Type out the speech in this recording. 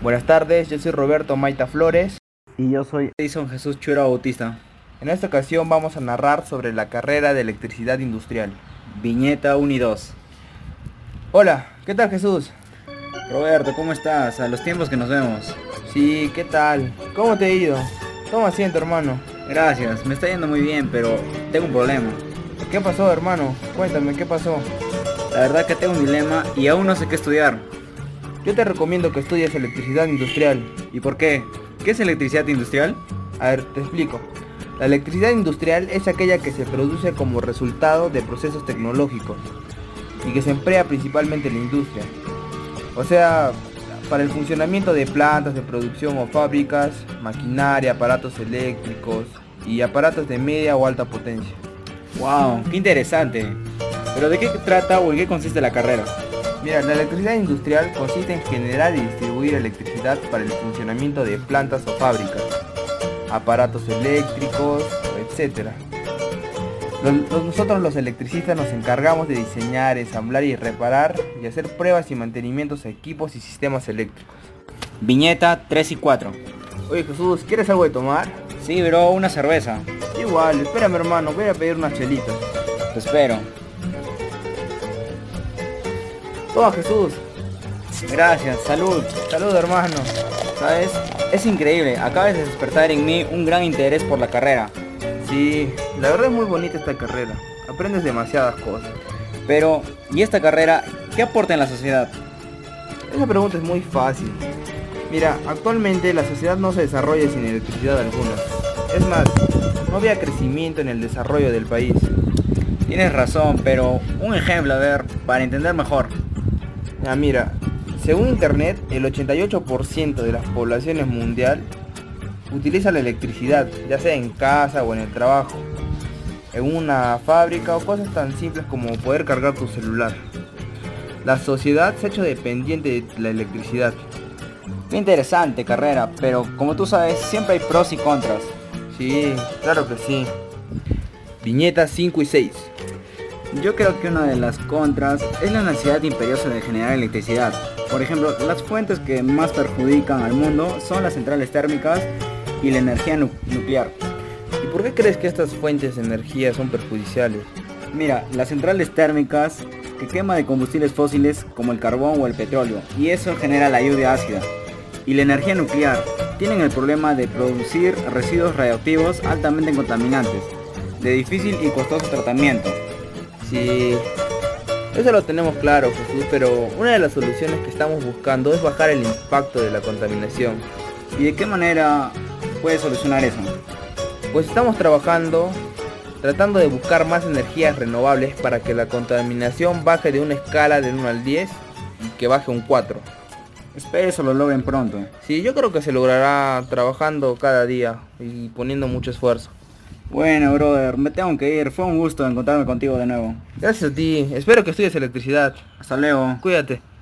Buenas tardes, yo soy Roberto Maita Flores. Y yo soy Edison Jesús Chuero Bautista. En esta ocasión vamos a narrar sobre la carrera de electricidad industrial. Viñeta 1 y 2. Hola, ¿qué tal Jesús? Roberto, ¿cómo estás? A los tiempos que nos vemos. Sí, ¿qué tal? ¿Cómo te ha ido? Toma asiento, hermano. Gracias, me está yendo muy bien, pero tengo un problema. ¿Qué pasó, hermano? Cuéntame, ¿qué pasó? La verdad que tengo un dilema y aún no sé qué estudiar. Yo te recomiendo que estudies electricidad industrial. ¿Y por qué? ¿Qué es electricidad industrial? A ver, te explico. La electricidad industrial es aquella que se produce como resultado de procesos tecnológicos y que se emplea principalmente en la industria. O sea, para el funcionamiento de plantas de producción o fábricas, maquinaria, aparatos eléctricos y aparatos de media o alta potencia. ¡Wow! ¡Qué interesante! ¿Pero de qué trata o en qué consiste la carrera? Mira, la electricidad industrial consiste en generar y distribuir electricidad para el funcionamiento de plantas o fábricas, aparatos eléctricos, etc. Nosotros los electricistas nos encargamos de diseñar, ensamblar y reparar y hacer pruebas y mantenimientos a equipos y sistemas eléctricos. Viñeta 3 y 4. Oye Jesús, ¿quieres algo de tomar? Sí, bro, una cerveza. Igual, espérame hermano, voy a pedir unas chelitas. Te espero. Toma Jesús. Gracias, salud. Salud hermano. ¿Sabes? Es increíble, acabas de despertar en mí un gran interés por la carrera. Sí, la verdad es muy bonita esta carrera. Aprendes demasiadas cosas. Pero, ¿y esta carrera qué aporta en la sociedad? Esa pregunta es muy fácil. Mira, actualmente la sociedad no se desarrolla sin electricidad alguna. Es más, no había crecimiento en el desarrollo del país. Tienes razón, pero un ejemplo, a ver, para entender mejor. Mira, según internet, el 88% de la población mundial utiliza la electricidad, ya sea en casa o en el trabajo, en una fábrica o cosas tan simples como poder cargar tu celular. La sociedad se ha hecho dependiente de la electricidad. Qué interesante carrera, pero como tú sabes, siempre hay pros y contras. Sí, claro que sí. Viñetas 5 y 6. Yo creo que una de las contras es la necesidad imperiosa de generar electricidad. Por ejemplo, las fuentes que más perjudican al mundo son las centrales térmicas y la energía nuclear. ¿Y por qué crees que estas fuentes de energía son perjudiciales? Mira, las centrales térmicas que queman de combustibles fósiles como el carbón o el petróleo, y eso genera la lluvia ácida. Y la energía nuclear tienen el problema de producir residuos radioactivos altamente contaminantes, de difícil y costoso tratamiento. Sí, eso lo tenemos claro Jesús, pero una de las soluciones que estamos buscando es bajar el impacto de la contaminación. ¿Y de qué manera puede solucionar eso? Pues estamos tratando de buscar más energías renovables para que la contaminación baje de una escala del 1 al 10 y que baje un 4. Espero eso lo logren pronto. Sí, yo creo que se logrará trabajando cada día y poniendo mucho esfuerzo. Bueno, brother, me tengo que ir. Fue un gusto encontrarme contigo de nuevo. Gracias a ti, espero que estudies electricidad. Hasta luego. Cuídate.